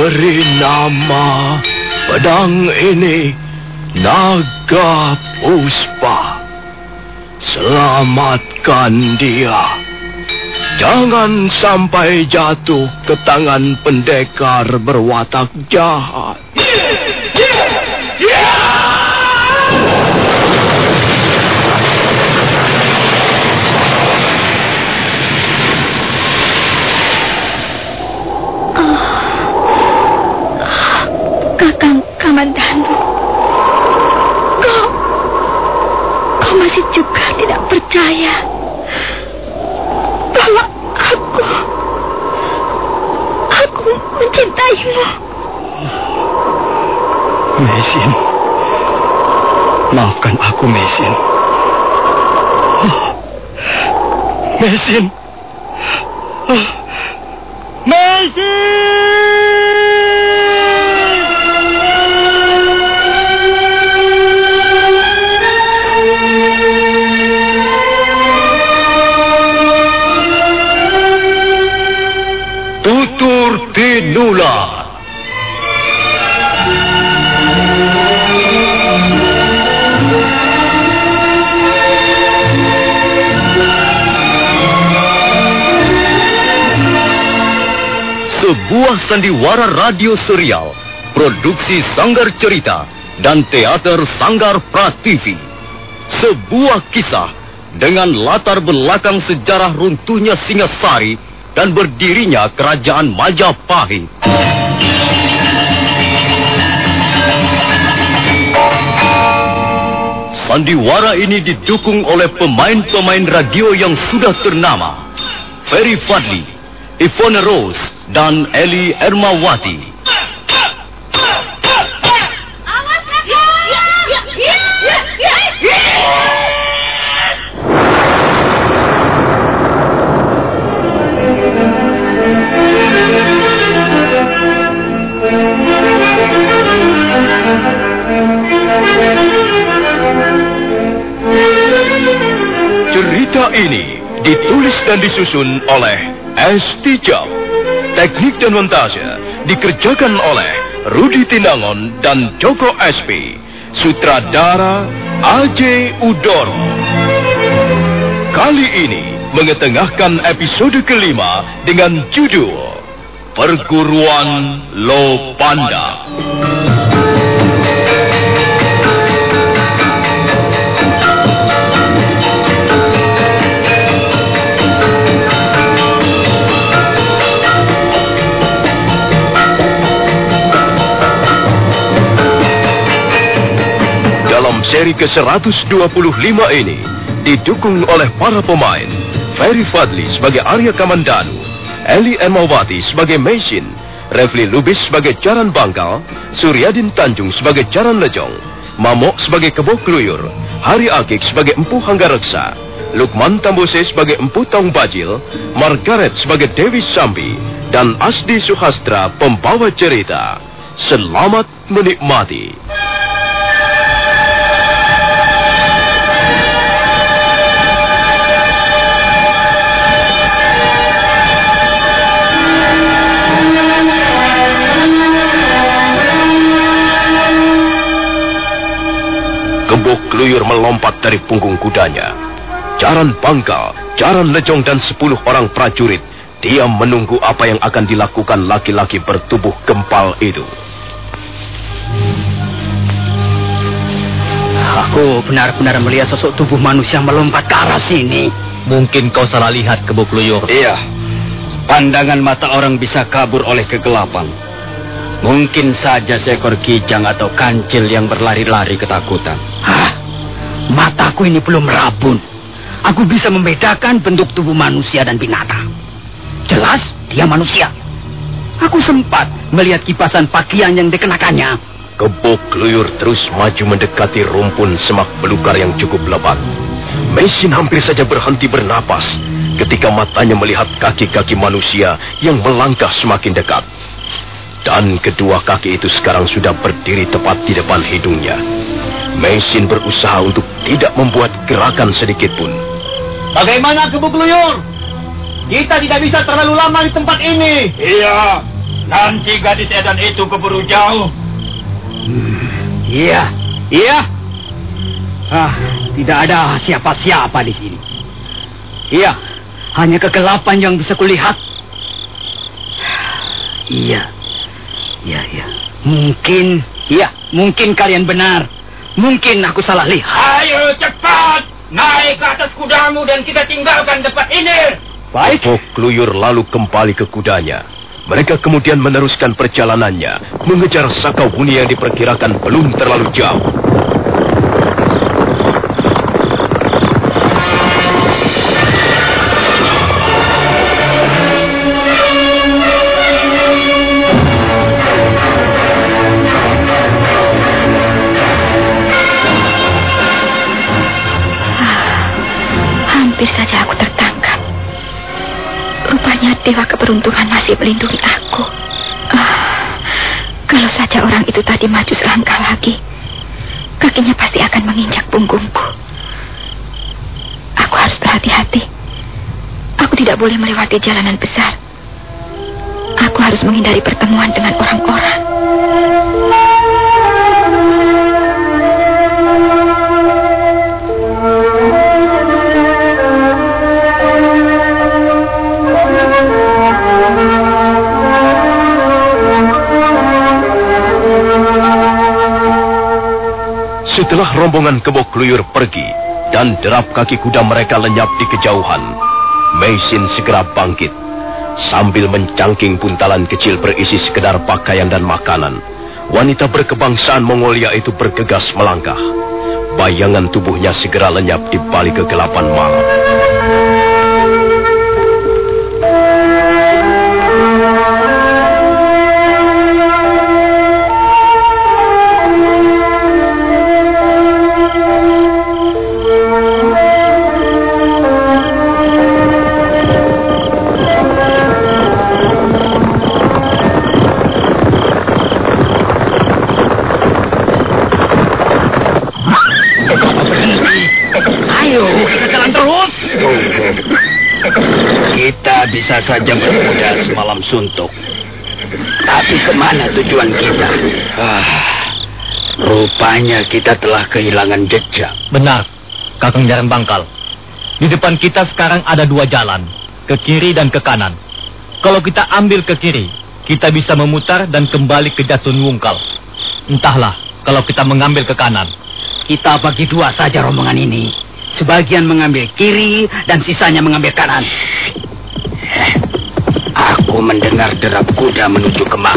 Beri nama pedang ini Naga Puspa. Selamatkan dia. Jangan sampai jatuh ke tangan pendekar berwatak jahat. Kakang Kamandanu, kau masih juga tidak percaya bahwa aku mencintaimu. Mesin, maafkan aku, Mesin. Mesin. Mesin! Tutur Tinula. Sebuah sandiwara radio serial, produksi Sanggar Cerita dan Teater Sanggar Prativi. Sebuah kisah dengan latar belakang sejarah runtuhnya Singasari dan berdirinya Kerajaan Majapahit. Sandiwara ini didukung oleh pemain-pemain radio yang sudah ternama. Ferry Fadli, Ivone Rose, dan Eli Ermawati. Cerita ini ditulis dan disusun oleh S. Tijab. Teknik dan montase dikerjakan oleh Rudi Tinangon dan Joko SP. Sutradara A.J. Udoro. Kali ini mengetengahkan episode kelima dengan judul Perguruan Lopanda. Seri ke-125 ini didukung oleh para pemain Ferry Fadli sebagai Arya Kamandanu, Eli Ermawati sebagai Mesin, Refli Lubis sebagai Jaran Bangkal, Suryadin Tanjung sebagai Jaran Lejong, Mamok sebagai Kebo Kluyur, Hari Akik sebagai Empu Hanggareksa, Lukman Tambose sebagai Empu Tong Bajil, Margaret sebagai Dewi Sambi, dan Asdi Suhastra pembawa cerita. Selamat menikmati. Kebo Kluyur melompat dari punggung kudanya. Jaran Bangkal, Jaran Lejong dan 10 orang prajurit diam menunggu apa yang akan dilakukan laki-laki bertubuh gempal itu. Aku benar-benar melihat sosok tubuh manusia melompat ke arah sini. Mungkin kau salah lihat, Kebo Kluyur. Iya, pandangan mata orang bisa kabur oleh kegelapan. Mungkin saja seekor kijang atau kancil yang berlari-lari ketakutan. Hah? Mataku ini belum rabun. Aku bisa membedakan bentuk tubuh manusia dan binatang. Jelas dia manusia. Aku sempat melihat kipasan pakaian yang dikenakannya. Kebo Kluyur terus maju mendekati rumpun semak belukar yang cukup lebat. Mesin hampir saja berhenti bernapas ketika matanya melihat kaki-kaki manusia yang melangkah semakin dekat. Dan kedua kaki itu sekarang sudah berdiri tepat di depan hidungnya. Mesin berusaha untuk tidak membuat gerakan sedikit pun. Bagaimana, Kebo Kluyur? Kita tidak bisa terlalu lama di tempat ini. Iya, Nanti gadis edan itu keburu jauh. Iya. Tidak ada siapa-siapa di sini. Iya, hanya kegelapan yang bisa kulihat. Iya. Mungkin kalian benar. Mungkin aku salah lihat. Ayo cepat, naik ke atas kudamu dan kita tinggalkan tempat ini. Baik. Kebo Kluyur lalu kembali ke kudanya. Mereka kemudian meneruskan perjalanannya, mengejar Sakawuni yang diperkirakan belum terlalu jauh. Hampir saja aku tertangkap. Rupanya Dewa Keberuntungan masih melindungi aku. Kalau saja orang itu tadi maju selangkah lagi, kakinya pasti akan menginjak punggungku. Aku harus berhati-hati. Aku tidak boleh melewati jalanan besar. Aku harus menghindari pertemuan dengan orang-orang. Setelah rombongan Kebo Kluyur pergi dan derap kaki kuda mereka lenyap di kejauhan, Meisin segera bangkit. Sambil mencangking buntalan kecil berisi sekedar pakaian dan makanan, wanita berkebangsaan Mongolia itu bergegas melangkah. Bayangan tubuhnya segera lenyap di balik kegelapan malam. Kita bisa saja berkuda semalam suntuk. Tapi kemana tujuan kita? Rupanya kita telah kehilangan jejak. Benar, Kakang Jaran Bangkal. Di depan kita sekarang ada dua jalan, ke kiri dan ke kanan. Kalau kita ambil ke kiri, kita bisa memutar dan kembali ke Jatun Wungkal. Entahlah, kalau kita mengambil ke kanan. Kita bagi dua saja rombongan ini. Sebagian mengambil kiri dan sisanya mengambil kanan. Aku mendengar derap kuda menuju kemari.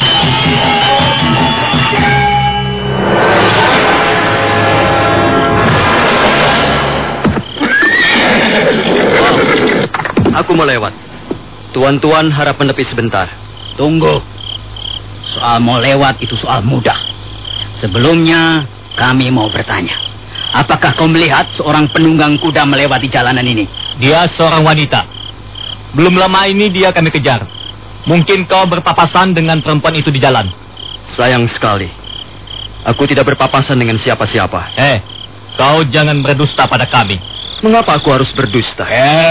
Aku mau lewat. Tuan-tuan harap menepi sebentar. Tunggu. Soal mau lewat itu soal mudah. Sebelumnya kami mau bertanya. Apakah kau melihat seorang penunggang kuda melewati jalanan ini? Dia seorang wanita. Belum lama ini dia kami kejar. Mungkin kau berpapasan dengan perempuan itu di jalan. Sayang sekali. Aku tidak berpapasan dengan siapa-siapa. Kau jangan berdusta pada kami. Mengapa aku harus berdusta?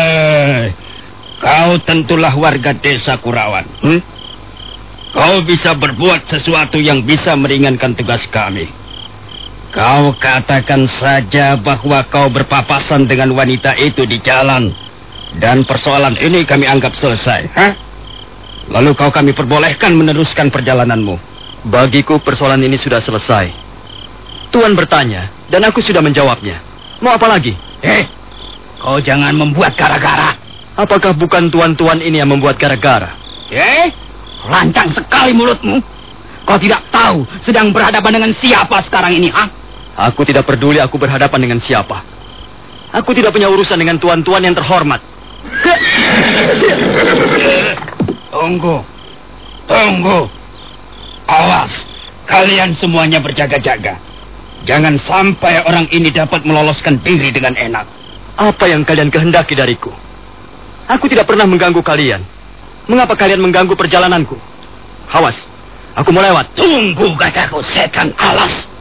Kau tentulah warga desa Kurawan. Kau bisa berbuat sesuatu yang bisa meringankan tugas kami. Kau katakan saja bahwa kau berpapasan dengan wanita itu di jalan. Dan persoalan ini kami anggap selesai. Lalu kami perbolehkan meneruskan perjalananmu. Bagiku persoalan ini sudah selesai. Tuan bertanya, dan aku sudah menjawabnya. Mau apa lagi? Kau jangan membuat gara-gara. Apakah bukan tuan-tuan ini yang membuat gara-gara? Lancang sekali mulutmu. Kau tidak tahu sedang berhadapan dengan siapa sekarang ini, Aku tidak peduli aku berhadapan dengan siapa. Aku tidak punya urusan dengan tuan-tuan yang terhormat. Tunggu. Awas, kalian semuanya berjaga-jaga. Jangan sampai orang ini dapat meloloskan diri dengan enak. Apa yang kalian kehendaki dariku? Aku tidak pernah mengganggu kalian. Mengapa kalian mengganggu perjalananku? Awas, aku mau lewat. Tunggu, kataku, setan alas.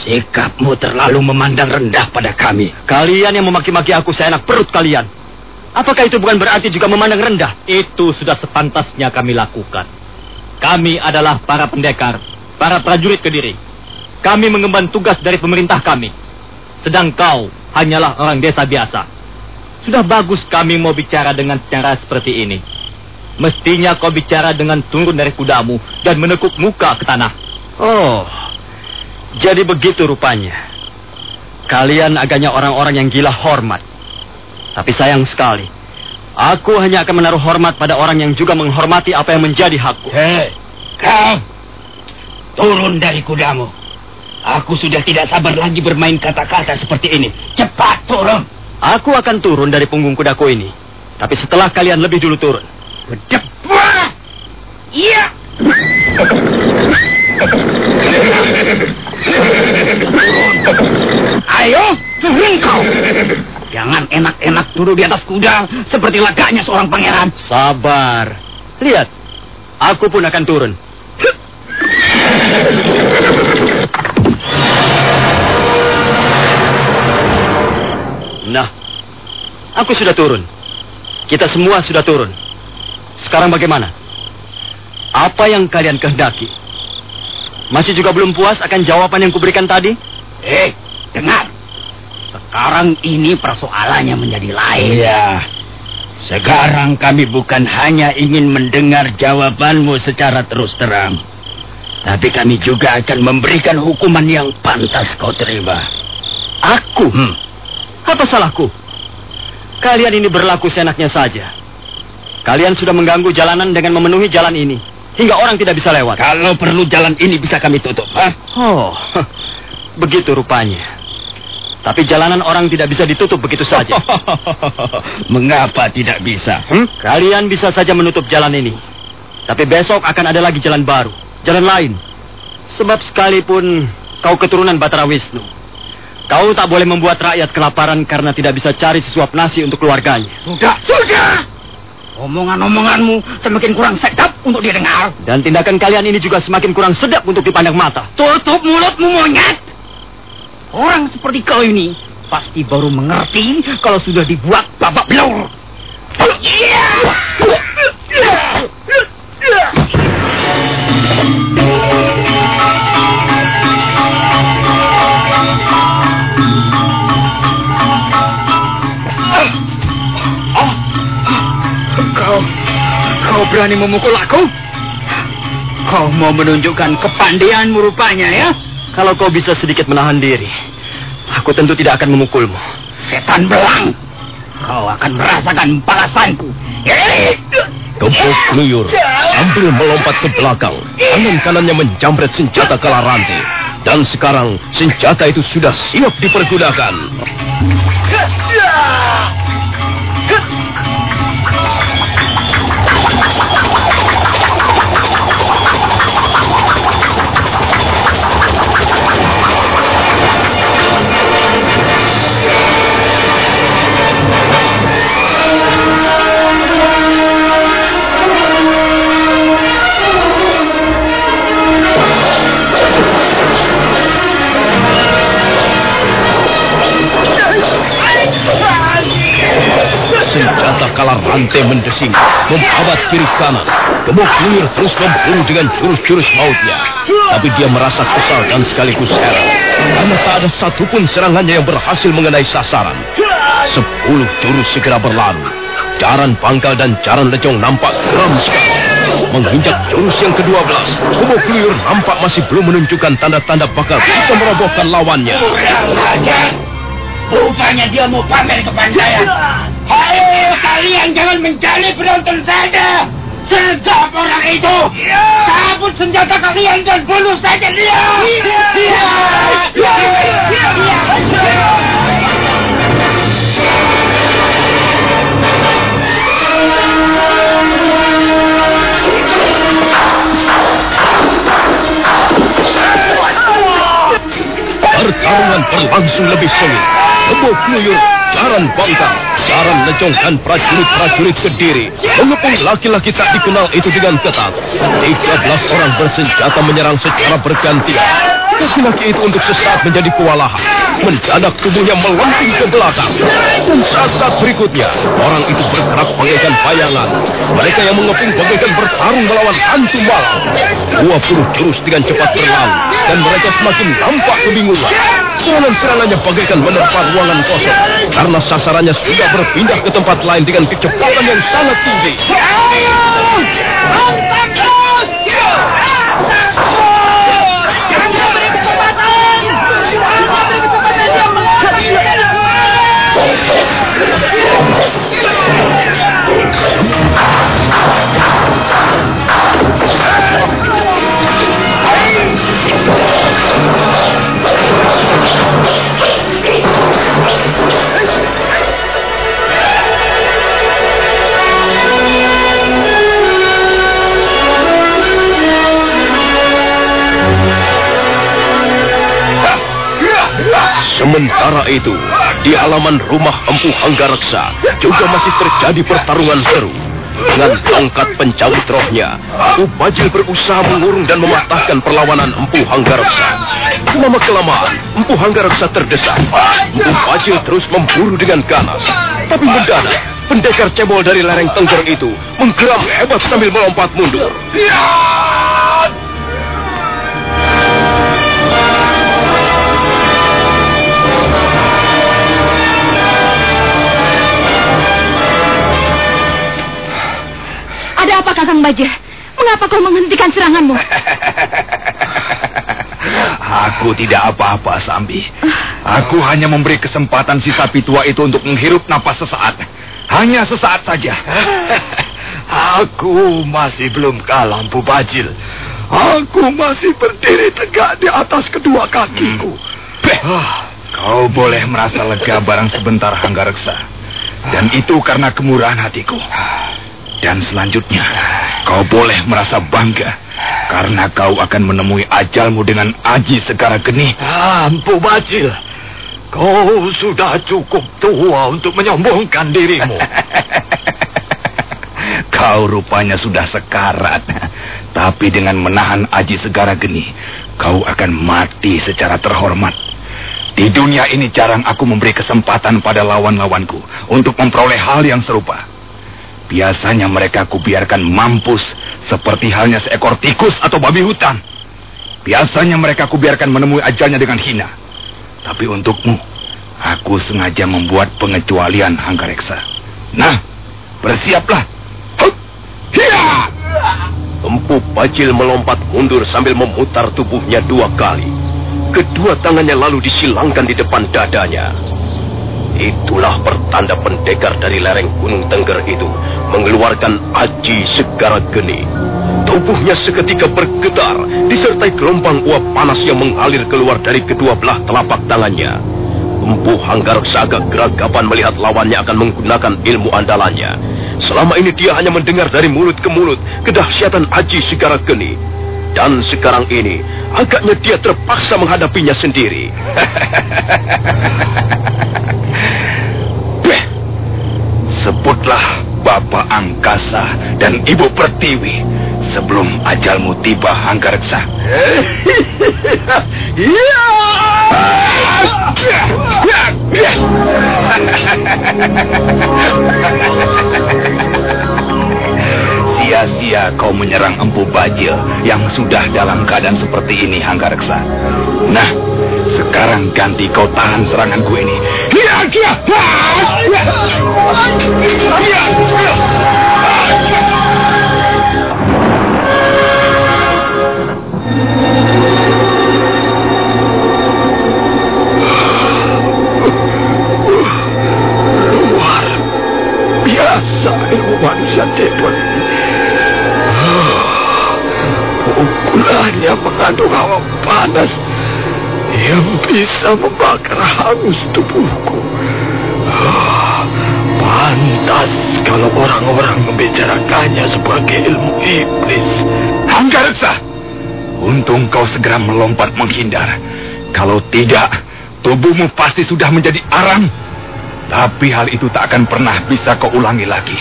Sikapmu terlalu memandang rendah pada kami. Kalian yang memaki-maki aku seenak perut kalian. Apakah itu bukan berarti juga memandang rendah? Itu sudah sepantasnya kami lakukan. Kami adalah para pendekar, para prajurit Kediri. Kami mengemban tugas dari pemerintah kami. Sedang kau hanyalah orang desa biasa. Sudah bagus kami mau bicara dengan cara seperti ini. Mestinya kau bicara dengan turun dari kudamu dan menekuk muka ke tanah. Oh, jadi begitu rupanya. Kalian agaknya orang-orang yang gila hormat. Tapi sayang sekali, aku hanya akan menaruh hormat pada orang yang juga menghormati apa yang menjadi hakku. Hei, kau turun dari kudamu. Aku sudah tidak sabar lagi bermain kata-kata seperti ini. Cepat turun. Aku akan turun dari punggung kudaku ini. Tapi setelah kalian lebih dulu turun. Cepat. Iya. Ayo, turun kau. Jangan enak-enak duduk di atas kuda seperti lagaknya seorang pangeran. Sabar. Lihat, aku pun akan turun. Nah, aku sudah turun. Kita semua sudah turun. Sekarang bagaimana? Apa yang kalian kehendaki? Masih juga belum puas akan jawaban yang kuberikan tadi? Dengar. Sekarang ini persoalannya menjadi lain. Iya. Sekarang kami bukan hanya ingin mendengar jawabanmu secara terus terang. Tapi kami juga akan memberikan hukuman yang pantas kau terima. Aku? Apa salahku? Kalian ini berlaku seenaknya saja. Kalian sudah mengganggu jalanan dengan memenuhi jalan ini. Hingga orang tidak bisa lewat. Kalau perlu jalan ini bisa kami tutup. Oh, begitu rupanya. Tapi jalanan orang tidak bisa ditutup begitu saja. Mengapa tidak bisa? Kalian bisa saja menutup jalan ini. Tapi besok akan ada lagi jalan baru. Jalan lain. Sebab sekalipun kau keturunan Batara Wisnu, kau tak boleh membuat rakyat kelaparan karena tidak bisa cari sesuap nasi untuk keluarganya. Sudah! Omongan-omonganmu semakin kurang sedap untuk didengar. Dan tindakan kalian ini juga semakin kurang sedap untuk dipandang mata. Tutup mulutmu, monyet! Orang seperti kau ini pasti baru mengerti kalau sudah dibuat babak belur. Kau berani memukul aku? Kau mau menunjukkan kepandaianmu rupanya, ya? Kalau kau bisa sedikit menahan diri, aku tentu tidak akan memukulmu. Setan belang, kau akan merasakan balasanku. Gembok Kluyur sambil melompat ke belakang, tangan kanannya menjamret senjata Kalarante. Dan sekarang senjata itu sudah siap dipergunakan. Senjata Kalarante mendesing, membabat kiri kanan. Gembok Kluyur terus memburu dengan jurus-jurus mautnya. Tapi dia merasa kesal dan sekaligus heran, karena tak ada satupun serangannya yang berhasil mengenai sasaran. 10 jurus segera berlalu. Jaran Bangkal dan Jaran Lejong nampak geram sekali. Menginjak jurus yang ke-12, Gembok Kluyur nampak masih belum menunjukkan tanda-tanda bakal bisa merobohkan lawannya. Rupanya dia mau pamer kepandaian. Hai, kalian jangan mencari penonton saja. Sergap orang itu. Cabut senjata kalian dan bunuh saja dia. Pertarungan berlangsung lebih sengit. Kebo Kluyur, Jaran Bangkal, Jaran Lejong dan prajurit-prajurit Kediri mengepung laki-laki tak dikenal itu dengan ketat. 13 orang bersenjata menyerang secara bergantian. Laki-laki itu untuk sesaat menjadi kewalahan. Mendadak tubuhnya melemping ke belakang. Dan saat-saat berikutnya, orang itu bergerak bagaikan bayangan. Mereka yang mengepung bagaikan bertarung melawan hantu malam. 20 jurus dengan cepat berlalu, dan mereka semakin nampak kebingungan. Serangan-serangannya bagaikan menerpa ruangan kosong, karena sasarannya sudah berpindah ke tempat lain dengan kecepatan yang sangat tinggi. Sementara itu, di halaman rumah Empu Hanggareksa juga masih terjadi pertarungan seru. Dengan tongkat pencabut rohnya, Empu Bajil berusaha mengurung dan mematahkan perlawanan Empu Hanggareksa. Lama-kelamaan, Empu Hanggareksa terdesak. Empu Bajil terus memburu dengan ganas. Tapi mendadak, pendekar cebol dari lereng Tengger itu menggeram hebat sambil melompat mundur. Ada apa, Kakang Bajil? Mengapa kau menghentikan seranganmu? Aku tidak apa-apa, Sambi. Aku hanya memberi kesempatan si sapi tua itu untuk menghirup napas sesaat. Hanya sesaat saja. Aku masih belum kalah, Empu Bajil. Aku masih berdiri tegak di atas kedua kakiku. Kau boleh merasa lega barang sebentar, Hanggareksa. Dan itu karena kemurahan hatiku. Dan selanjutnya, kau boleh merasa bangga karena kau akan menemui ajalmu dengan Aji Segara Geni. Empu Bajil, kau sudah cukup tua untuk menyombongkan dirimu. Kau rupanya sudah sekarat. Tapi dengan menahan Aji Segara Geni, kau akan mati secara terhormat. Di dunia ini jarang aku memberi kesempatan pada lawan-lawanku untuk memperoleh hal yang serupa. Biasanya mereka kubiarkan mampus seperti halnya seekor tikus atau babi hutan. Biasanya mereka kubiarkan menemui ajalnya dengan hina. Tapi untukmu, aku sengaja membuat pengecualian, Hanggareksa. Nah, bersiaplah. Empu Bajil melompat mundur sambil memutar tubuhnya 2 kali. Kedua tangannya lalu disilangkan di depan dadanya. Itulah pertanda pendekar dari lereng Gunung Tengger itu mengeluarkan Aji Segara Geni. Tubuhnya seketika bergetar, disertai gelombang uap panas yang mengalir keluar dari kedua belah telapak tangannya. Empu Hanggareksa agak geragapan melihat lawannya akan menggunakan ilmu andalannya. Selama ini dia hanya mendengar dari mulut ke mulut kedahsyatan Aji Segara Geni. Dan sekarang ini, agaknya dia terpaksa menghadapinya sendiri. Sebutlah Bapak Angkasa dan Ibu Pertiwi sebelum ajalmu tiba, Hanggareksa. Sia-sia kau menyerang Empu Bajil yang sudah dalam keadaan seperti ini, Hanggareksa. Nah, sekarang ganti kau tahan seranganku ini. Luar biasa ilmu manusia Dedon. Pukulannya mengandung hawa panas yang bisa membakar hangus tubuhku. Pantas kalau orang-orang membicarakannya sebagai ilmu iblis. Hanggareksa, untung kau segera melompat menghindar. Kalau tidak, Tubuhmu pasti sudah menjadi arang. Tapi hal itu tak akan pernah bisa kau ulangi lagi.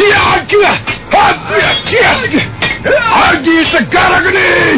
Aji Segara Geni!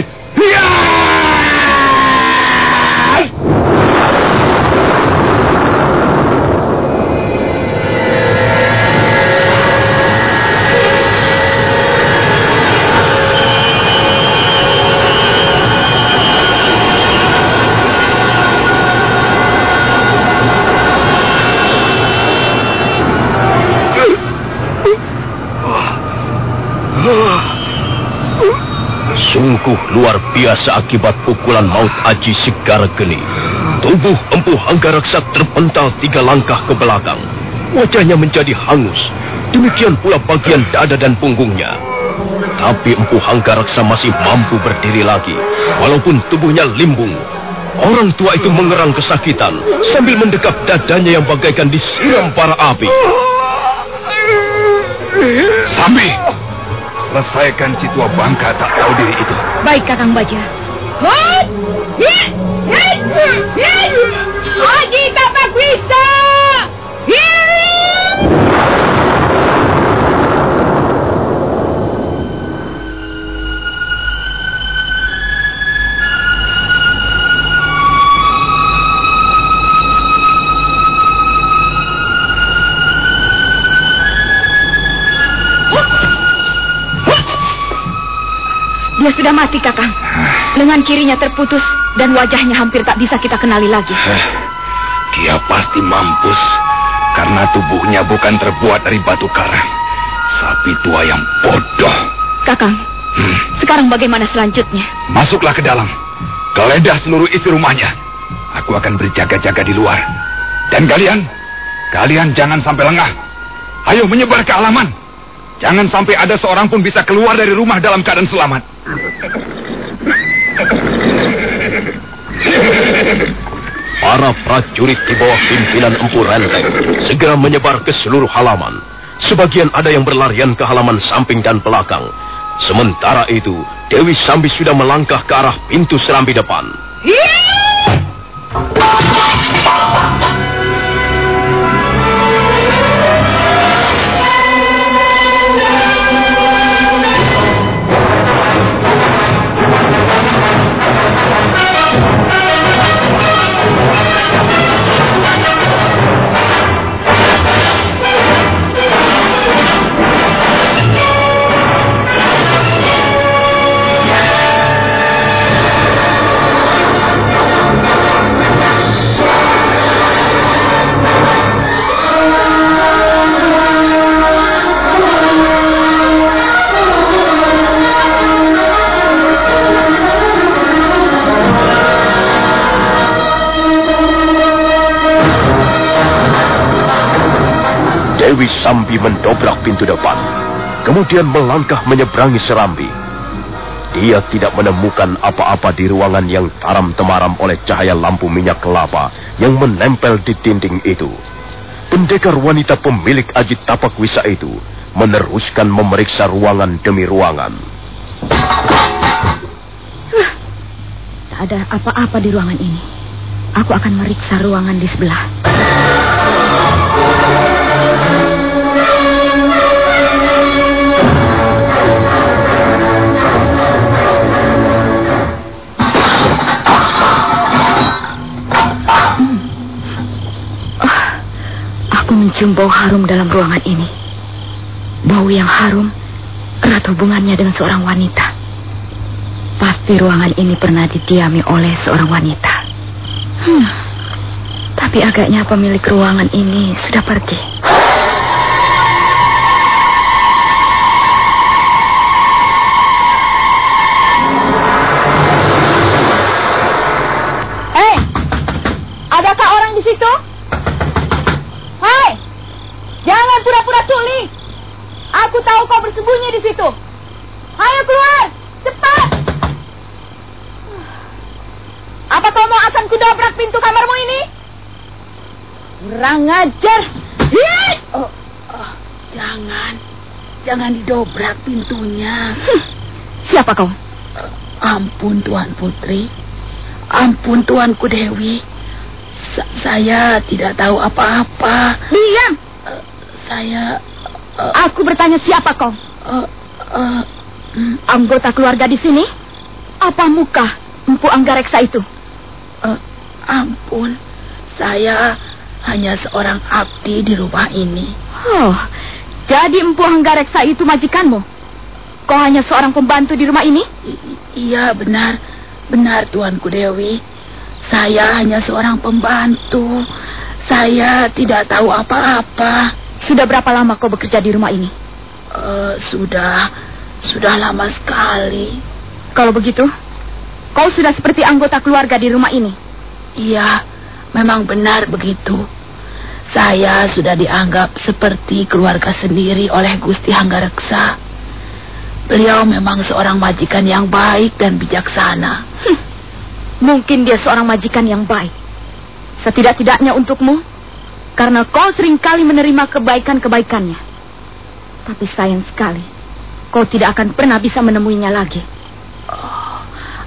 Sungguh luar biasa akibat pukulan maut Aji Segara Geni. Tubuh Empu Hanggareksa terpental 3 langkah ke belakang. Wajahnya menjadi hangus. Demikian pula bagian dada dan punggungnya. Tapi Empu Hanggareksa masih mampu berdiri lagi, walaupun tubuhnya limbung. Orang tua itu mengerang kesakitan sambil mendekap dadanya yang bagaikan disiram bara api. Sambi! Selesaikan si tua bangka tak tahu diri itu. Baik, Kakang Baja. Aji Tapak Wista! Dia sudah mati, Kakang. Lengan kirinya terputus dan wajahnya hampir tak bisa kita kenali lagi. Dia pasti mampus karena tubuhnya bukan terbuat dari batu karang. Sapi tua yang bodoh. Kakang, sekarang bagaimana selanjutnya? Masuklah ke dalam. Geledah seluruh isi rumahnya. Aku akan berjaga-jaga di luar. Dan kalian jangan sampai lengah. Ayo menyebar ke halaman. Jangan sampai ada seorang pun bisa keluar dari rumah dalam keadaan selamat. Para prajurit di bawah pimpinan Empu Renteng segera menyebar ke seluruh halaman. Sebagian ada yang berlarian ke halaman samping dan belakang. Sementara itu, Dewi Sambi sudah melangkah ke arah pintu serambi depan. Dewi Sambi mendobrak pintu depan, kemudian melangkah menyeberangi serambi. Dia tidak menemukan apa-apa di ruangan yang taram-temaram oleh cahaya lampu minyak kelapa yang menempel di dinding itu. Pendekar wanita pemilik Aji Tapak Wisa itu meneruskan memeriksa ruangan demi ruangan. Tak ada apa-apa di ruangan ini. Aku akan meriksa ruangan di sebelah. Mencium bau harum dalam ruangan ini. Bau yang harum erat hubungannya dengan seorang wanita. Pasti ruangan ini pernah didiami oleh seorang wanita. Tapi agaknya pemilik ruangan ini sudah pergi. Hei, adakah orang di situ? Jangan pura-pura tuli. Aku tahu kau bersembunyi di situ. Ayo keluar, cepat. Apa kau mau akan kudobrak pintu kamarmu ini? Kurang ajar. Jangan didobrak pintunya. Siapa kau? Ampun Tuan Putri. Ampun Tuanku Dewi. Saya tidak tahu apa-apa. Diam! Aku bertanya siapa kau? Anggota keluarga di sini? Apa muka Empu Anggareksa itu? Ampun, saya hanya seorang abdi di rumah ini. Oh, jadi Empu Anggareksa itu majikanmu? Kau hanya seorang pembantu di rumah ini? Iya, benar Tuanku Dewi. Saya hanya seorang pembantu. Saya tidak tahu apa-apa. Sudah berapa lama kau bekerja di rumah ini? Sudah lama sekali. Kalau begitu, kau sudah seperti anggota keluarga di rumah ini? Iya, memang benar begitu. Saya sudah dianggap seperti keluarga sendiri oleh Gusti Hanggareksa. Beliau memang seorang majikan yang baik dan bijaksana. Mungkin dia seorang majikan yang baik. Setidak-tidaknya untukmu, karena kau seringkali menerima kebaikan-kebaikannya. Tapi sayang sekali, kau tidak akan pernah bisa menemuinya lagi. Oh,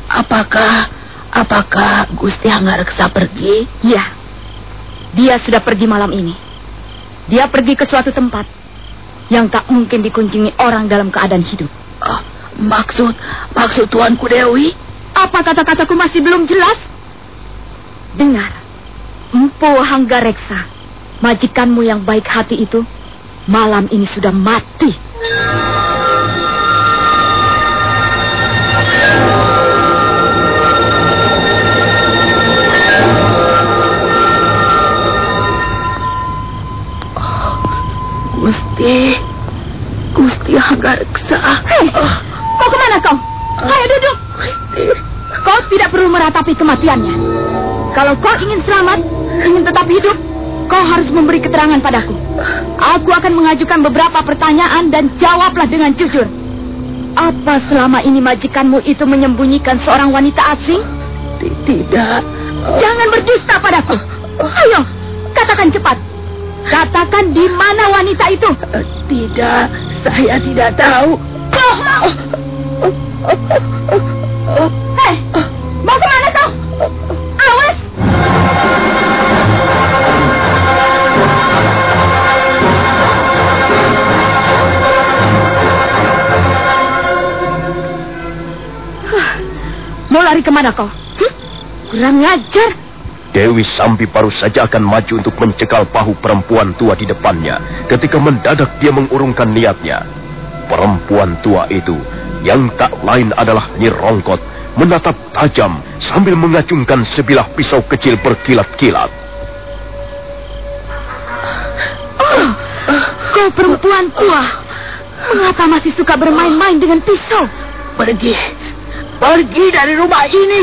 apakah Gusti Hanggareksa pergi? Ya, dia sudah pergi malam ini. Dia pergi ke suatu tempat yang tak mungkin dikunjungi orang dalam keadaan hidup. Oh, maksud Tuanku Dewi? Apa kata-kataku masih belum jelas? Dengar, Empu Hanggareksa, majikanmu yang baik hati itu, malam ini sudah mati. Gusti Hanggareksa. Hei, mau kemana kau? Ayo duduk. Gusti. Kau tidak perlu meratapi kematiannya. Kalau kau ingin selamat, ingin tetap hidup, kau harus memberi keterangan padaku. Aku akan mengajukan beberapa pertanyaan dan jawablah dengan jujur. Apa selama ini majikanmu itu menyembunyikan seorang wanita asing? Tidak. Jangan berdusta padaku. Ayo, katakan cepat. Katakan di mana wanita itu? Tidak, saya tidak tahu. Hei, mau kemana kau? Awas! Mau lari kemana kau? Kurang ngajar. Dewi Sambi baru saja akan maju untuk mencekal bahu perempuan tua di depannya ketika mendadak dia mengurungkan niatnya. Perempuan tua itu yang tak lain adalah Nyi Rongkot menatap tajam sambil mengacungkan sebilah pisau kecil berkilat-kilat. Oh, kau perempuan tua. Mengapa masih suka bermain-main dengan pisau? Pergi dari rumah ini.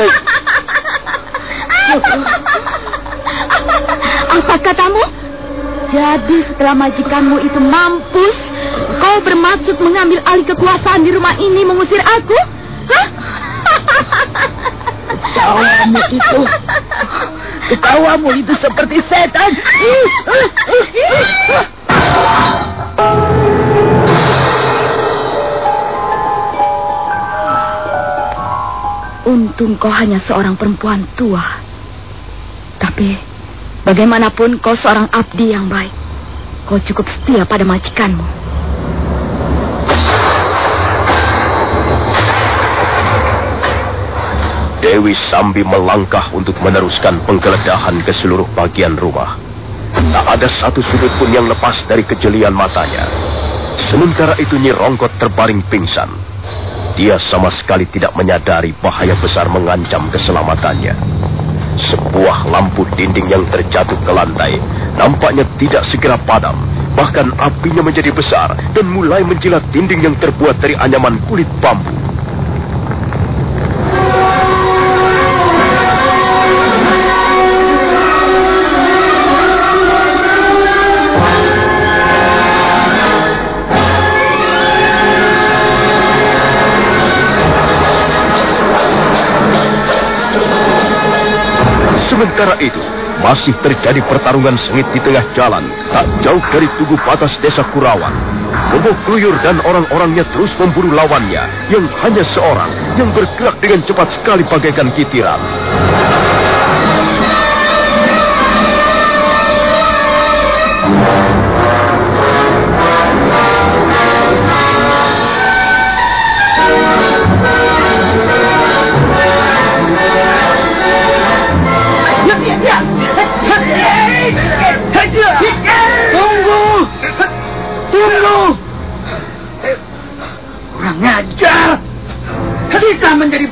Apa katamu? Jadi setelah majikanmu itu mampus, kau bermaksud mengambil alih kekuasaan di rumah ini, mengusir aku? Hah? Ketawamu itu seperti setan. Untung kau hanya seorang perempuan tua. Tapi bagaimanapun kau seorang abdi yang baik. Kau cukup setia pada majikanmu. Dewi Sambi melangkah untuk meneruskan penggeledahan ke seluruh bagian rumah. Tak ada satu sudut pun yang lepas dari kejelian matanya. Sementara itu Nyi Rongkot terbaring pingsan. Dia sama sekali tidak menyadari bahaya besar mengancam keselamatannya. Sebuah lampu dinding yang terjatuh ke lantai nampaknya tidak segera padam. Bahkan apinya menjadi besar dan mulai menjilat dinding yang terbuat dari anyaman kulit bambu. Sementara itu, masih terjadi pertarungan sengit di tengah jalan, tak jauh dari tugu batas desa Kurawan. Bobo Kluyur dan orang-orangnya terus memburu lawannya, yang hanya seorang, yang bergerak dengan cepat sekali bagaikan kitiran.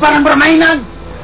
barang permainan.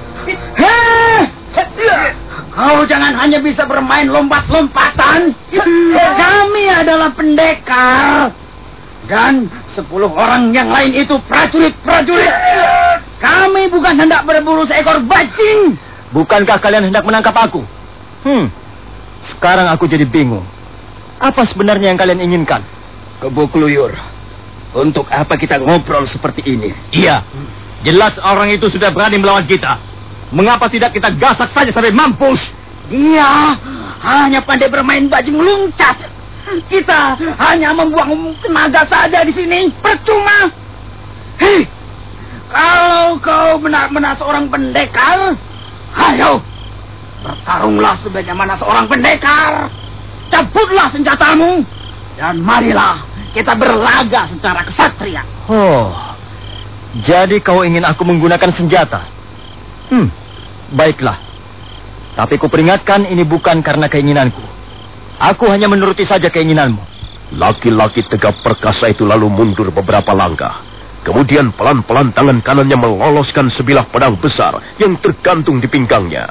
Kau jangan hanya bisa bermain lompat-lompatan. Kami adalah pendekar. Dan 10 orang yang lain itu prajurit-prajurit. Kami bukan hendak berburu seekor bajing. Bukankah kalian hendak menangkap aku? Sekarang aku jadi bingung. Apa sebenarnya yang kalian inginkan? Kebo Kluyur, untuk apa kita ngobrol seperti ini? Iya, jelas orang itu sudah berani melawan kita. Mengapa tidak kita gasak saja sampai mampus? Dia hanya pandai bermain bajing loncat. Kita hanya membuang tenaga saja di sini. Percuma. Hei, kalau kau benar-benar seorang pendekar, ayo bertarunglah sebagaimana seorang pendekar. Cabutlah senjatamu dan marilah kita berlaga secara kesatria. Oh, jadi kau ingin aku menggunakan senjata? Baiklah. Tapi kuperingatkan ini bukan karena keinginanku. Aku hanya menuruti saja keinginanmu. Laki-laki tegap perkasa itu lalu mundur beberapa langkah. Kemudian pelan-pelan tangan kanannya meloloskan sebilah pedang besar yang tergantung di pinggangnya.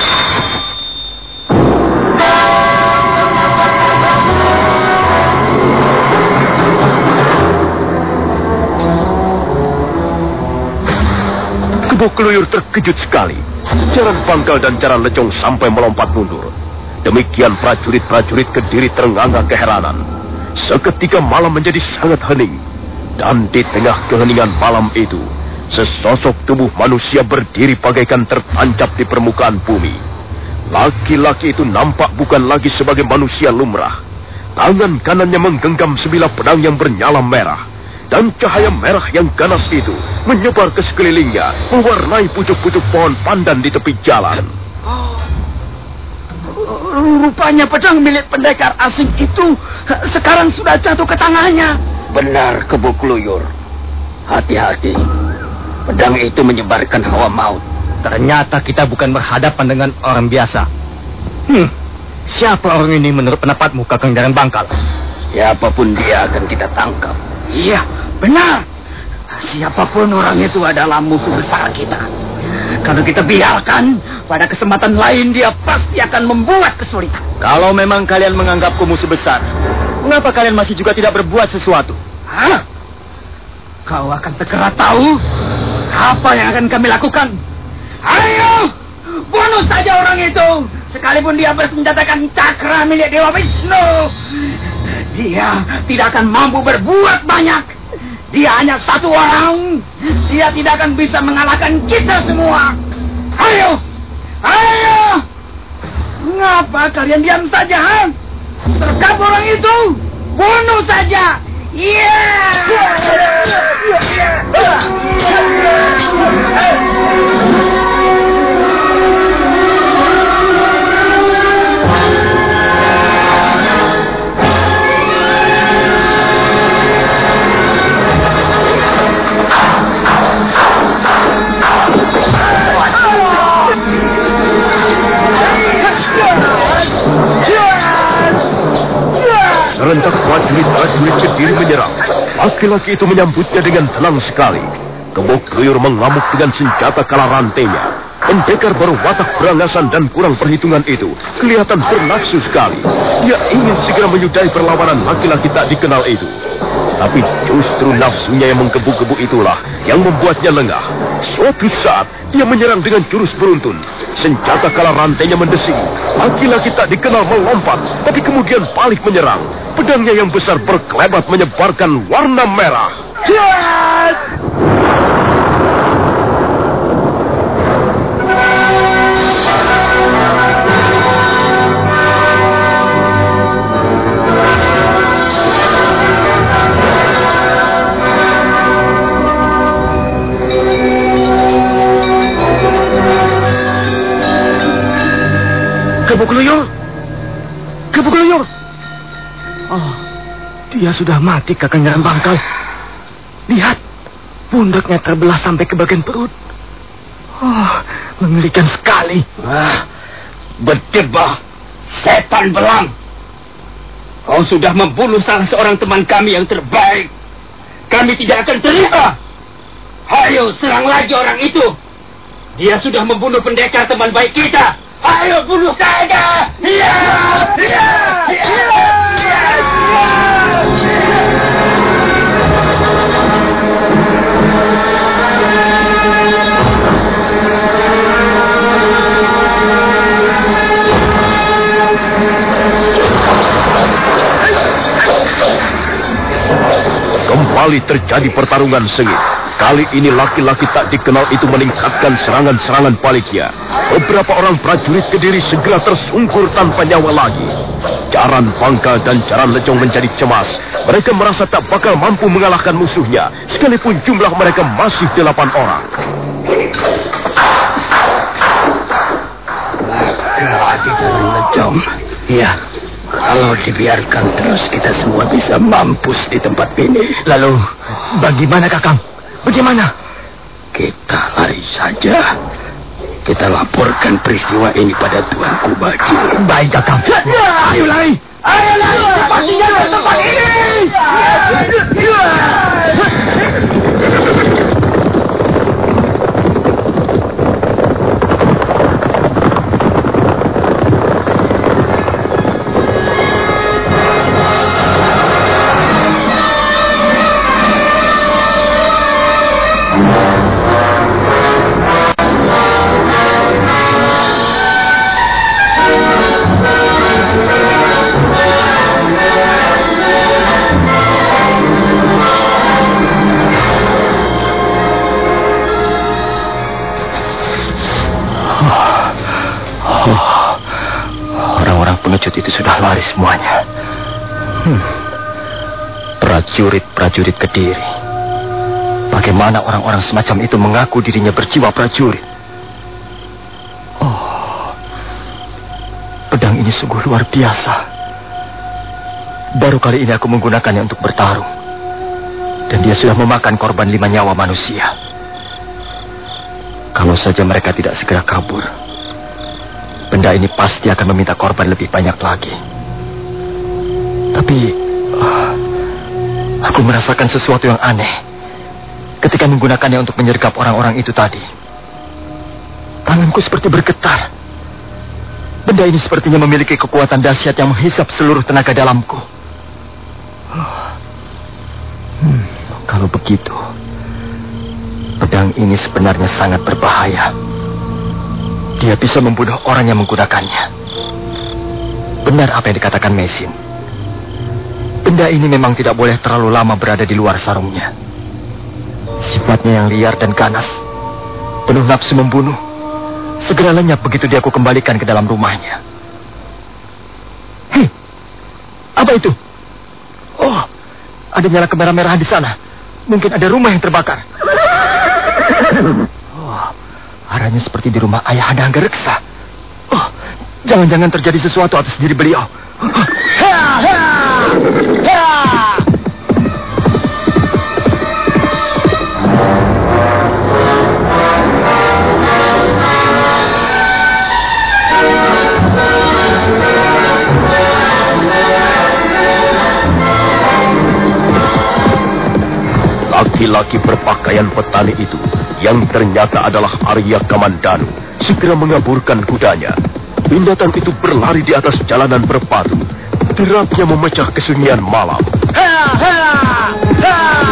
Kebo Kluyur terkejut sekali. Jaran Bangkal dan Jaran Lecong sampai melompat mundur. Demikian prajurit-prajurit Kediri terengah-engah keheranan. Seketika malam menjadi sangat hening. Dan di tengah keheningan malam itu, sesosok tubuh manusia berdiri bagaikan tertancap di permukaan bumi. Laki-laki itu nampak bukan lagi sebagai manusia lumrah. Tangan kanannya menggenggam sebilah pedang yang bernyala merah. Dan cahaya merah yang ganas itu menyebar ke sekelilingnya, mewarnai pucuk-pucuk pohon pandan di tepi jalan. Rupanya pedang milik pendekar asing itu sekarang sudah jatuh ke tangannya. Benar, Kebo Kluyur. Hati-hati. Pedang itu menyebarkan hawa maut. Ternyata kita bukan berhadapan dengan orang biasa. Siapa orang ini menurut pendapatmu, Kakang Jaran Bangkal? Siapapun dia akan kita tangkap. Iya, benar. Siapapun orang itu adalah musuh besar kita. Kalau kita biarkan, pada kesempatan lain dia pasti akan membuat kesulitan. Kalau memang kalian menganggapku musuh besar, mengapa kalian masih juga tidak berbuat sesuatu? Hah? Kau akan segera tahu apa yang akan kami lakukan. Ayo, bunuh saja orang itu. Sekalipun dia bersenjatakan cakra milik Dewa Wisnu, dia tidak akan mampu berbuat banyak. Dia hanya satu orang. Dia tidak akan bisa mengalahkan kita semua. Ayo, ayo. Mengapa kalian diam saja? Ha? Sergap orang itu. Bunuh saja. Serentak prajurit-prajurit Kediri menyerang. Laki-laki itu menyambutnya dengan tenang sekali. Kebo Kluyur mengamuk dengan senjata kala rantainya. Pendekar berwatak berangasan dan kurang perhitungan itu kelihatan bernafsu sekali. Dia ingin segera menyudahi perlawanan laki-laki tak dikenal itu. Tapi justru nafsunya yang menggebu-gebu itulah yang membuatnya lengah. Suatu saat dia menyerang dengan jurus beruntun. Senjata kala rantainya mendesing. Laki-laki tak dikenal melompat, tapi kemudian balik menyerang. Pedangnya yang besar berkelebat menyebarkan warna merah. Jat! Kebo Kluyur! Kebo Kluyur! Oh, dia sudah mati, Kakang Jaran Bangkal. Lihat, pundaknya terbelah sampai ke bagian perut. Oh, mengerikan sekali. Berdebah, setan belang. Kau sudah membunuh salah seorang teman kami yang terbaik. Kami tidak akan terima. Ayo, serang lagi orang itu. Dia sudah membunuh pendekar teman baik kita. Ayo bunuh saja. Ya. Kembali terjadi pertarungan sengit. Kali ini laki-laki tak dikenal itu meningkatkan serangan-serangan baliknya. Beberapa orang prajurit Kediri segera tersungkur tanpa nyawa lagi. Jaran Bangka dan Jaran Lecong menjadi cemas. Mereka merasa tak bakal mampu mengalahkan musuhnya, sekalipun jumlah mereka masih 8 orang. Lagi Jaran Lecong. Iya. Kalau dibiarkan terus kita semua bisa mampus di tempat ini. Lalu, bagaimana Kakang? Bagaimana? Kita lari saja. Kita laporkan peristiwa ini pada Tuanku Bajil. Baik Kakang. Ayo lari. Ayo lari. Cepat tinggalkan tempat ini. Itu sudah lari semuanya. Prajurit-prajurit Kediri. Bagaimana orang-orang semacam itu mengaku dirinya berjiwa prajurit? Oh, pedang ini sungguh luar biasa. Baru kali ini aku menggunakannya untuk bertarung. Dan dia sudah memakan korban 5 nyawa manusia. Kalau saja mereka tidak segera kabur, benda ini pasti akan meminta korban lebih banyak lagi. Tapi aku merasakan sesuatu yang aneh ketika menggunakannya untuk menyergap orang-orang itu tadi. Tanganku seperti bergetar. Benda ini sepertinya memiliki kekuatan dahsyat yang menghisap seluruh tenaga dalamku. Kalau begitu, pedang ini sebenarnya sangat berbahaya. Dia bisa membunuh orang yang menggunakannya. Benar apa yang dikatakan Mesin. Benda ini memang tidak boleh terlalu lama berada di luar sarungnya. Sifatnya yang liar dan ganas, penuh nafsu membunuh, segera lenyap begitu dia aku kembalikan ke dalam rumahnya. Apa itu? Oh, ada nyala kemerah-merahan di sana. Mungkin ada rumah yang terbakar. Arahnya seperti di rumah Ayahanda Hanggareksa. Oh, jangan-jangan terjadi sesuatu atas diri beliau. Laki-laki berpakaian petani itu, yang ternyata adalah Arya Kamandanu, segera mengaburkan kudanya. Binatang itu berlari di atas jalanan berbatu. Derapnya memecah kesunyian malam. Ha!